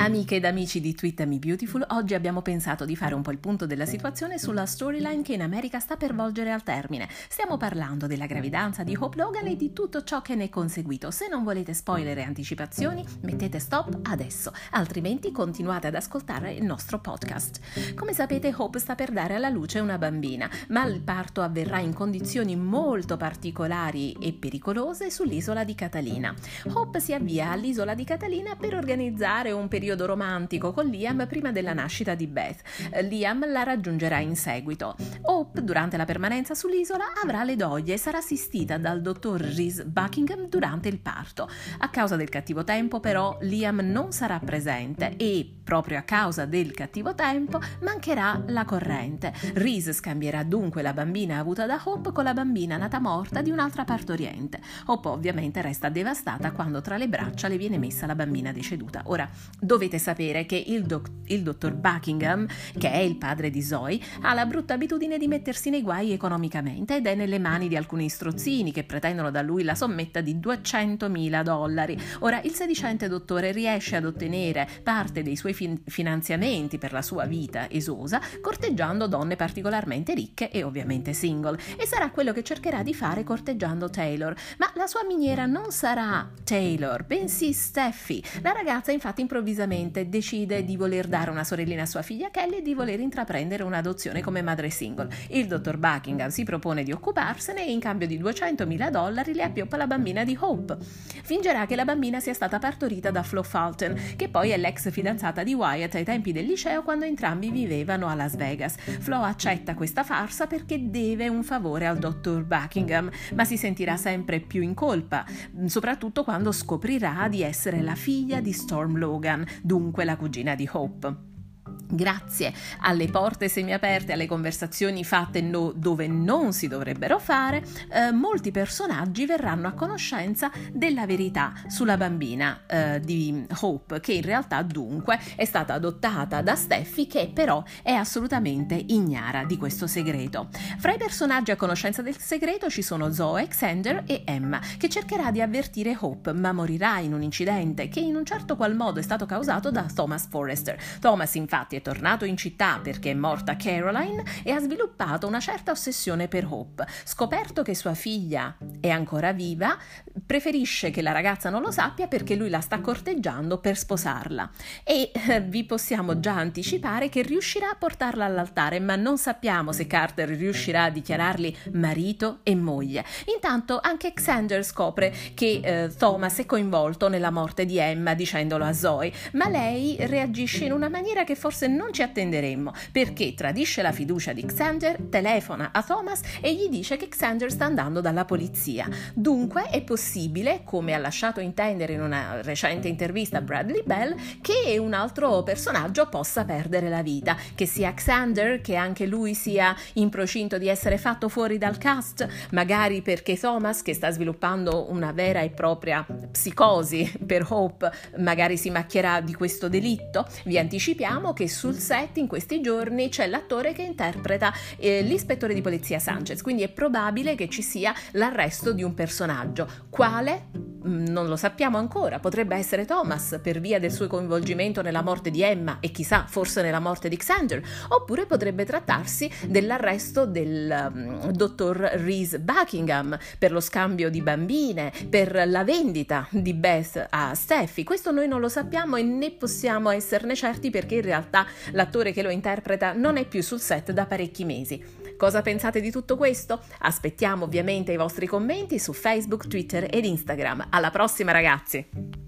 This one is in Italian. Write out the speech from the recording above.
Amiche ed amici di Twitter Me Beautiful, oggi abbiamo pensato di fare un po' il punto della situazione sulla storyline che in America sta per volgere al termine. Stiamo parlando della gravidanza di Hope Logan e di tutto ciò che ne è conseguito. Se non volete spoiler e anticipazioni, mettete stop adesso, altrimenti continuate ad ascoltare il nostro podcast. Come sapete, Hope sta per dare alla luce una bambina, ma il parto avverrà in condizioni molto particolari e pericolose sull'isola di Catalina. Hope si avvia all'isola di Catalina per organizzare un periodo romantico con Liam prima della nascita di Beth. Liam la raggiungerà in seguito. Hope, durante la permanenza sull'isola, avrà le doglie e sarà assistita dal dottor Rhys Buckingham durante il parto. A causa del cattivo tempo, però, Liam non sarà presente e, proprio a causa del cattivo tempo, mancherà la corrente. Rhys scambierà dunque la bambina avuta da Hope con la bambina nata morta di un'altra partoriente. Hope ovviamente resta devastata quando tra le braccia le viene messa la bambina deceduta. Ora, dovete sapere che il dottor Buckingham, che è il padre di Zoe, ha la brutta abitudine di mettersi nei guai economicamente ed è nelle mani di alcuni strozzini che pretendono da lui la sommetta di $200.000. Ora, il sedicente dottore riesce ad ottenere parte dei suoi finanziamenti per la sua vita esosa corteggiando donne particolarmente ricche e ovviamente single, e sarà quello che cercherà di fare corteggiando Taylor, ma la sua miniera non sarà Taylor, bensì Steffi. La ragazza infatti improvvisamente decide di voler dare una sorellina a sua figlia Kelly e di voler intraprendere un'adozione come madre single. Il dottor Buckingham si propone di occuparsene e in cambio di $200.000 le appioppa la bambina di Hope. Fingerà che la bambina sia stata partorita da Flo Fulton, che poi è l'ex fidanzata di Wyatt ai tempi del liceo quando entrambi vivevano a Las Vegas. Flo accetta questa farsa perché deve un favore al dottor Buckingham, ma si sentirà sempre più in colpa, soprattutto quando scoprirà di essere la figlia di Storm Logan, dunque la cugina di Hope. Grazie alle porte semiaperte, alle conversazioni fatte dove non si dovrebbero fare, molti personaggi verranno a conoscenza della verità sulla bambina di Hope, che in realtà dunque è stata adottata da Steffi, che però è assolutamente ignara di questo segreto. Fra i personaggi a conoscenza del segreto ci sono Zoe, Xander e Emma, che cercherà di avvertire Hope, ma morirà in un incidente che in un certo qual modo è stato causato da Thomas Forrester. Thomas infatti è tornato in città perché è morta Caroline e ha sviluppato una certa ossessione per Hope. Scoperto che sua figlia è ancora viva, preferisce che la ragazza non lo sappia perché lui la sta corteggiando per sposarla, e vi possiamo già anticipare che riuscirà a portarla all'altare, ma non sappiamo se Carter riuscirà a dichiararli marito e moglie. Intanto anche Xander scopre che Thomas è coinvolto nella morte di Emma dicendolo a Zoe, ma lei reagisce in una maniera che forse non ci attenderemmo, perché tradisce la fiducia di Xander, telefona a Thomas e gli dice che Xander sta andando dalla polizia. Dunque è possibile, come ha lasciato intendere in una recente intervista Bradley Bell, che un altro personaggio possa perdere la vita, che sia Xander, che anche lui sia in procinto di essere fatto fuori dal cast, magari perché Thomas, che sta sviluppando una vera e propria psicosi per Hope, magari si macchierà di questo delitto. Vi anticipiamo che sul set in questi giorni c'è l'attore che interpreta l'ispettore di polizia Sanchez, quindi è probabile che ci sia l'arresto di un personaggio. Quale? Non lo sappiamo ancora, potrebbe essere Thomas per via del suo coinvolgimento nella morte di Emma e chissà, forse nella morte di Xander, oppure potrebbe trattarsi dell'arresto del dottor Rhys Buckingham per lo scambio di bambine, per la vendita di Beth a Steffi. Questo noi non lo sappiamo e né possiamo esserne certi perché in realtà l'attore che lo interpreta non è più sul set da parecchi mesi. Cosa pensate di tutto questo? Aspettiamo ovviamente i vostri commenti su Facebook, Twitter ed Instagram. Alla prossima, ragazzi!